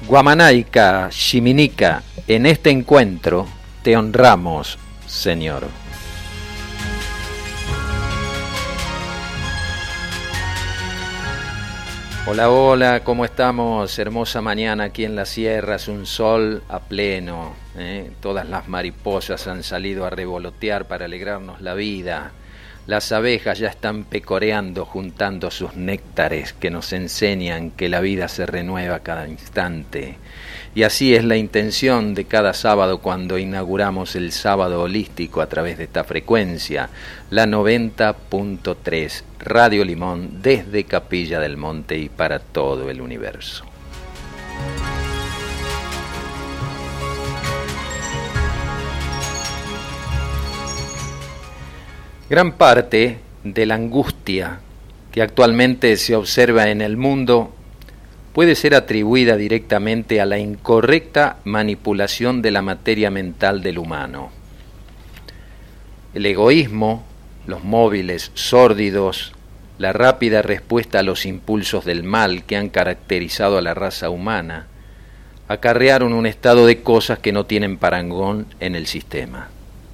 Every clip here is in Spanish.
Guamanaica, Ximinica, en este encuentro te honramos, Señor. Hola, hola, ¿cómo estamos? Hermosa mañana aquí en las sierras, un sol a pleno, Todas las mariposas han salido a revolotear para alegrarnos la vida. Las abejas ya están pecoreando, juntando sus néctares que nos enseñan que la vida se renueva cada instante. Y así es la intención de cada sábado cuando inauguramos el sábado holístico a través de esta frecuencia, la 90.3, Radio Limón, desde Capilla del Monte y para todo el universo. Gran parte de la angustia que actualmente se observa en el mundo puede ser atribuida directamente a la incorrecta manipulación de la materia mental del humano. El egoísmo, los móviles sórdidos, la rápida respuesta a los impulsos del mal que han caracterizado a la raza humana, acarrearon un estado de cosas que no tienen parangón en el sistema.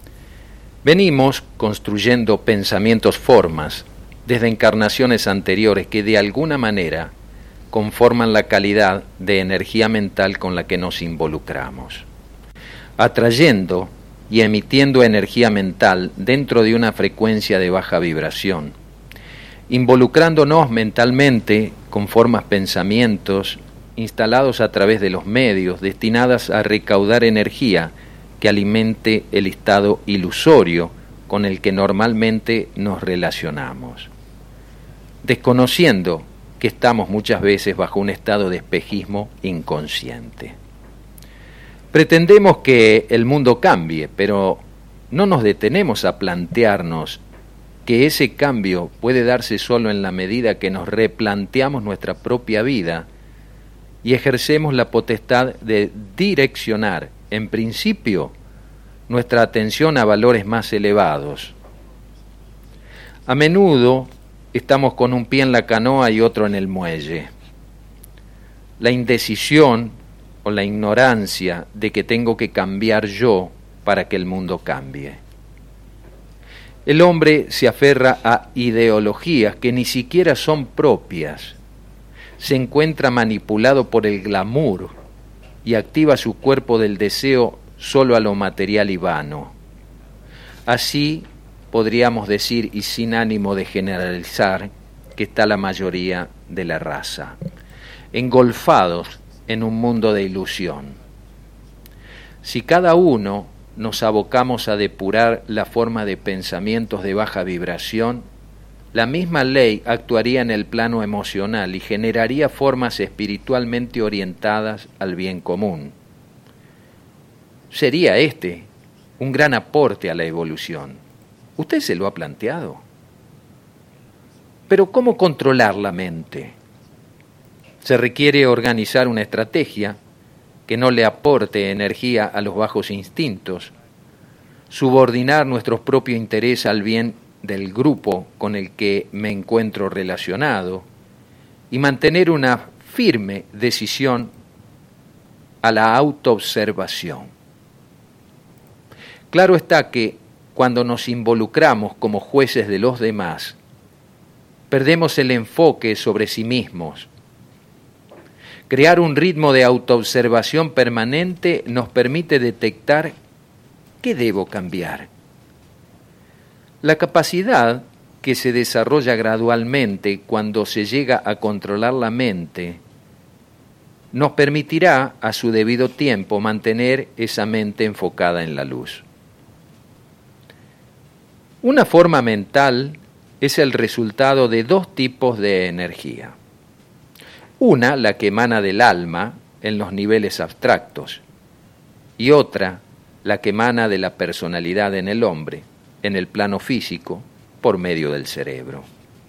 Venimos construyendo pensamientos formas desde encarnaciones anteriores que de alguna manera conforman la calidad de energía mental con la que nos involucramos, atrayendo y emitiendo energía mental dentro de una frecuencia de baja vibración, involucrándonos mentalmente con formas pensamientos instalados a través de los medios destinadas a recaudar energía que alimente el estado ilusorio con el que normalmente nos relacionamos, desconociendo que estamos muchas veces bajo un estado de espejismo inconsciente. Pretendemos que el mundo cambie, pero no nos detenemos a plantearnos que ese cambio puede darse solo en la medida que nos replanteamos nuestra propia vida y ejercemos la potestad de direccionar, en principio, nuestra atención a valores más elevados. A menudo estamos con un pie en la canoa y otro en el muelle. La indecisión o la ignorancia de que tengo que cambiar yo para que el mundo cambie. El hombre se aferra a ideologías que ni siquiera son propias. Se encuentra manipulado por el glamour y activa su cuerpo del deseo solo a lo material y vano. Así podríamos decir, y sin ánimo de generalizar, que está la mayoría de la raza, engolfados en un mundo de ilusión. Si cada uno nos abocamos a depurar la forma de pensamientos de baja vibración, la misma ley actuaría en el plano emocional y generaría formas espiritualmente orientadas al bien común. Sería este un gran aporte a la evolución. ¿Usted se lo ha planteado? Pero ¿cómo controlar la mente? Se requiere organizar una estrategia que no le aporte energía a los bajos instintos, subordinar nuestro propio interés al bien del grupo con el que me encuentro relacionado y mantener una firme decisión a la autoobservación. Claro está que cuando nos involucramos como jueces de los demás, perdemos el enfoque sobre sí mismos. Crear un ritmo de autoobservación permanente nos permite detectar qué debo cambiar. La capacidad que se desarrolla gradualmente cuando se llega a controlar la mente nos permitirá a su debido tiempo mantener esa mente enfocada en la luz. Una forma mental es el resultado de dos tipos de energía. Una, la que emana del alma en los niveles abstractos, y otra, la que emana de la personalidad en el hombre, en el plano físico, por medio del cerebro.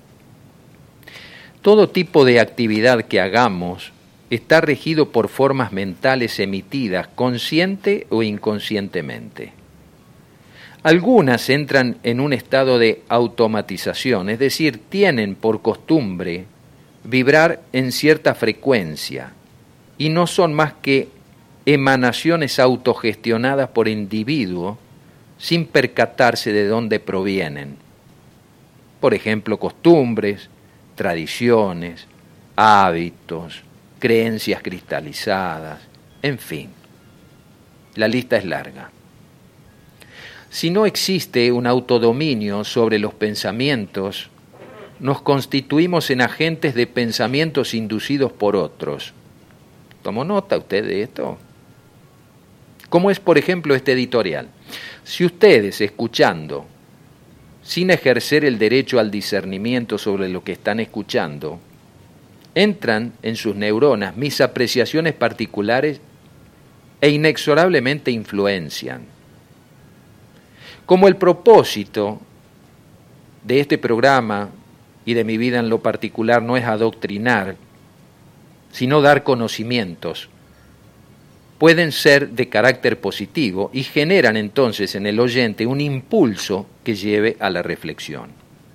Todo tipo de actividad que hagamos está regido por formas mentales emitidas consciente o inconscientemente. Algunas entran en un estado de automatización, es decir, tienen por costumbre vibrar en cierta frecuencia y no son más que emanaciones autogestionadas por individuos sin percatarse de dónde provienen. Por ejemplo, costumbres, tradiciones, hábitos, creencias cristalizadas, en fin. La lista es larga. Si no existe un autodominio sobre los pensamientos, nos constituimos en agentes de pensamientos inducidos por otros. ¿Tomó nota usted de esto? Como es, por ejemplo, este editorial. Si ustedes, escuchando, sin ejercer el derecho al discernimiento sobre lo que están escuchando, entran en sus neuronas mis apreciaciones particulares e inexorablemente influencian. Como el propósito de este programa y de mi vida en lo particular no es adoctrinar, sino dar conocimientos, pueden ser de carácter positivo y generan entonces en el oyente un impulso que lleve a la reflexión.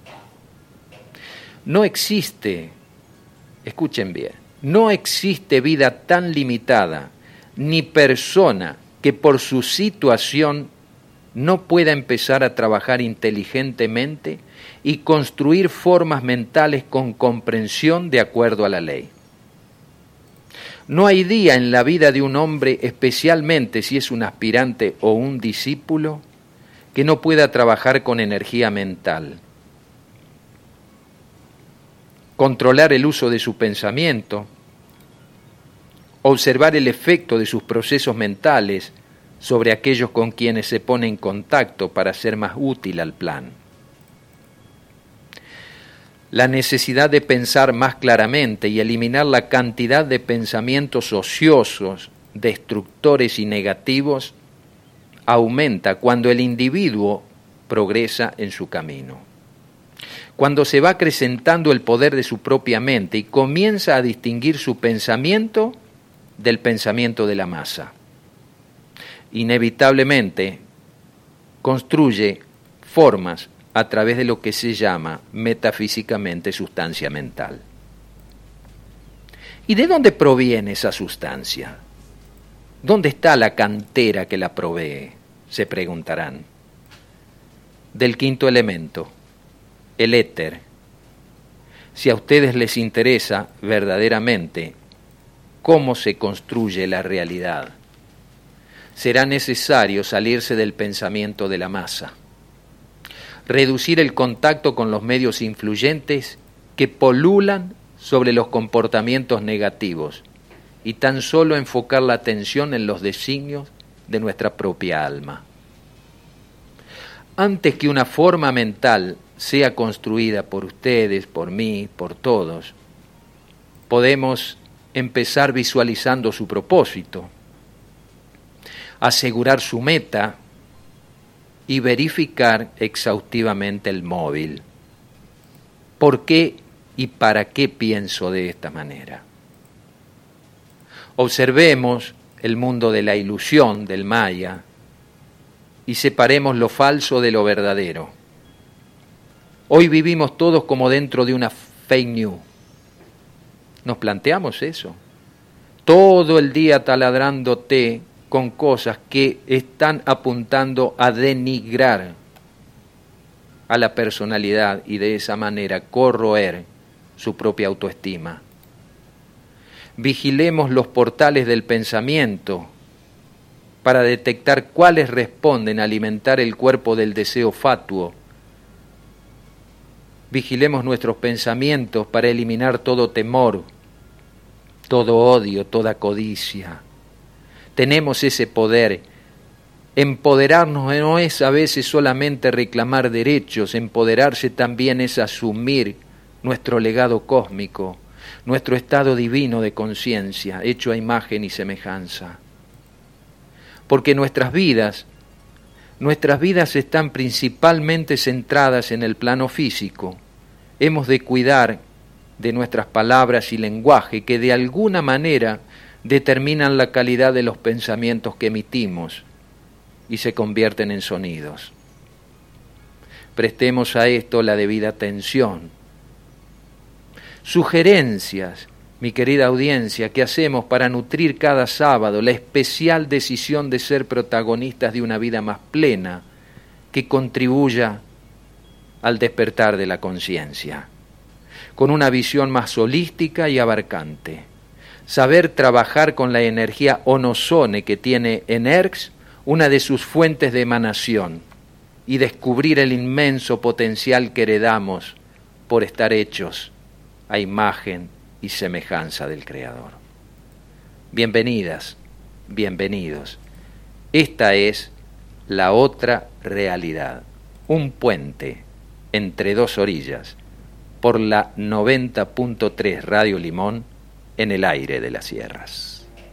No existe, escuchen bien, no existe vida tan limitada ni persona que por su situación no pueda empezar a trabajar inteligentemente y construir formas mentales con comprensión de acuerdo a la ley. No hay día en la vida de un hombre, especialmente si es un aspirante o un discípulo, que no pueda trabajar con energía mental. Controlar el uso de su pensamiento, observar el efecto de sus procesos mentales sobre aquellos con quienes se pone en contacto para ser más útil al plan. La necesidad de pensar más claramente y eliminar la cantidad de pensamientos ociosos, destructores y negativos aumenta cuando el individuo progresa en su camino. Cuando se va acrecentando el poder de su propia mente y comienza a distinguir su pensamiento del pensamiento de la masa. Inevitablemente construye formas a través de lo que se llama metafísicamente sustancia mental. ¿Y de dónde proviene esa sustancia? ¿Dónde está la cantera que la provee? Se preguntarán. Del quinto elemento, el éter. Si a ustedes les interesa verdaderamente cómo se construye la realidad, será necesario salirse del pensamiento de la masa, reducir el contacto con los medios influyentes que polulan sobre los comportamientos negativos y tan solo enfocar la atención en los designios de nuestra propia alma. Antes que una forma mental sea construida por ustedes, por mí, por todos, podemos empezar visualizando su propósito, asegurar su meta y verificar exhaustivamente el móvil. ¿Por qué y para qué pienso de esta manera? Observemos el mundo de la ilusión del Maya y separemos lo falso de lo verdadero. Hoy vivimos todos como dentro de una fake news. ¿Nos planteamos eso? Todo el día taladrándote con cosas que están apuntando a denigrar a la personalidad y de esa manera corroer su propia autoestima. Vigilemos los portales del pensamiento para detectar cuáles responden a alimentar el cuerpo del deseo fatuo. Vigilemos nuestros pensamientos para eliminar todo temor, todo odio, toda codicia. Tenemos ese poder. Empoderarnos no es a veces solamente reclamar derechos, empoderarse también es asumir nuestro legado cósmico, nuestro estado divino de conciencia, hecho a imagen y semejanza. Porque nuestras vidas están principalmente centradas en el plano físico. Hemos de cuidar de nuestras palabras y lenguaje que de alguna manera determinan la calidad de los pensamientos que emitimos y se convierten en sonidos. Prestemos a esto la debida atención. Sugerencias Mi querida audiencia, ¿qué hacemos para nutrir cada sábado la especial decisión de ser protagonistas de una vida más plena que contribuya al despertar de la conciencia, con una visión más holística y abarcante? Saber trabajar con la energía onosone que tiene Enerx, una de sus fuentes de emanación, y descubrir el inmenso potencial que heredamos por estar hechos a imagen y semejanza del Creador. Bienvenidas, bienvenidos. Esta es la otra realidad, un puente entre dos orillas, por la 90.3 Radio Limón, en el aire de las sierras.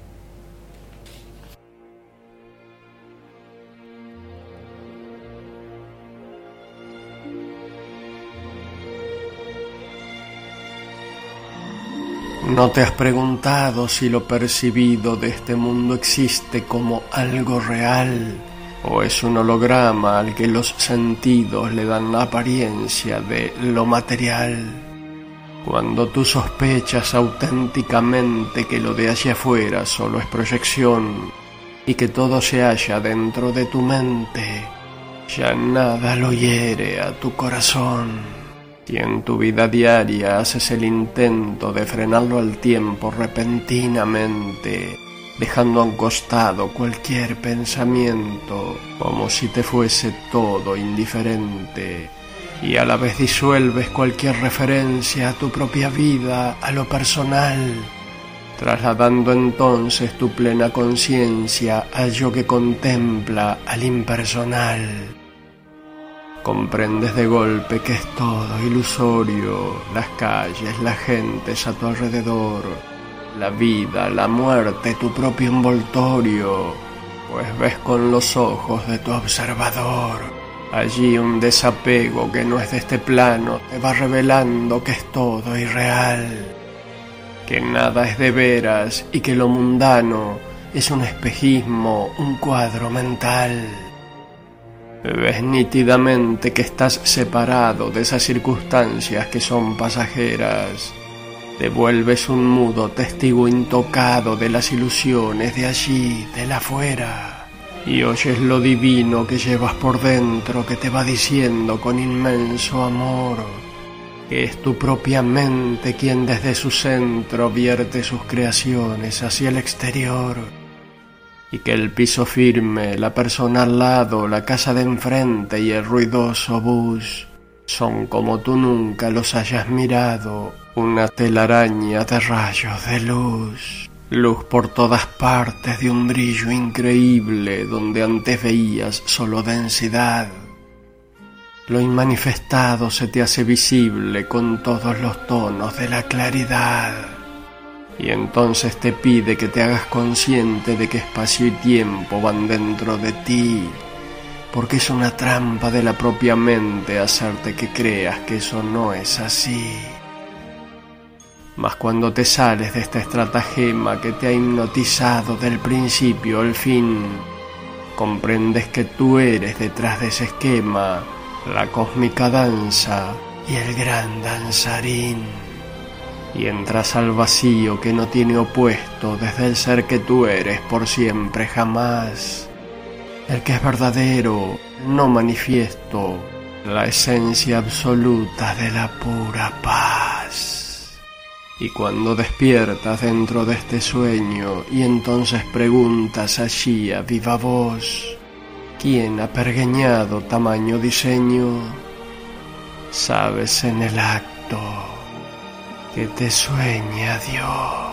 ¿No te has preguntado si lo percibido de este mundo existe como algo real o es un holograma al que los sentidos le dan la apariencia de lo material? Cuando tú sospechas auténticamente que lo de hacia afuera solo es proyección y que todo se halla dentro de tu mente, ya nada lo hiere a tu corazón. Si en tu vida diaria haces el intento de frenarlo al tiempo repentinamente, dejando a un costado cualquier pensamiento, como si te fuese todo indiferente, y a la vez disuelves cualquier referencia a tu propia vida, a lo personal, trasladando entonces tu plena conciencia al yo que contempla al impersonal, comprendes de golpe que es todo ilusorio, las calles, las gentes a tu alrededor, la vida, la muerte, tu propio envoltorio, pues ves con los ojos de tu observador. Allí un desapego que no es de este plano te va revelando que es todo irreal, que nada es de veras y que lo mundano es un espejismo, un cuadro mental. Ves nítidamente que estás separado de esas circunstancias que son pasajeras. Te vuelves un mudo testigo intocado de las ilusiones de allí, de la afuera. Y oyes lo divino que llevas por dentro, que te va diciendo con inmenso amor que es tu propia mente quien desde su centro vierte sus creaciones hacia el exterior. Y que el piso firme, la persona al lado, la casa de enfrente y el ruidoso bus son como tú nunca los hayas mirado, una telaraña de rayos de luz. Luz por todas partes de un brillo increíble donde antes veías solo densidad. Lo inmanifestado se te hace visible con todos los tonos de la claridad. Y entonces te pide que te hagas consciente de que espacio y tiempo van dentro de ti, porque es una trampa de la propia mente hacerte que creas que eso no es así. Mas cuando te sales de esta estratagema que te ha hipnotizado del principio al fin, comprendes que tú eres detrás de ese esquema, la cósmica danza y el gran danzarín. Y entras al vacío que no tiene opuesto desde el ser que tú eres por siempre jamás, el que es verdadero, no manifiesto, la esencia absoluta de la pura paz. Y cuando despiertas dentro de este sueño y entonces preguntas allí a viva voz, ¿quién ha pergeñado tamaño diseño? Sabes en el acto que te sueña Dios.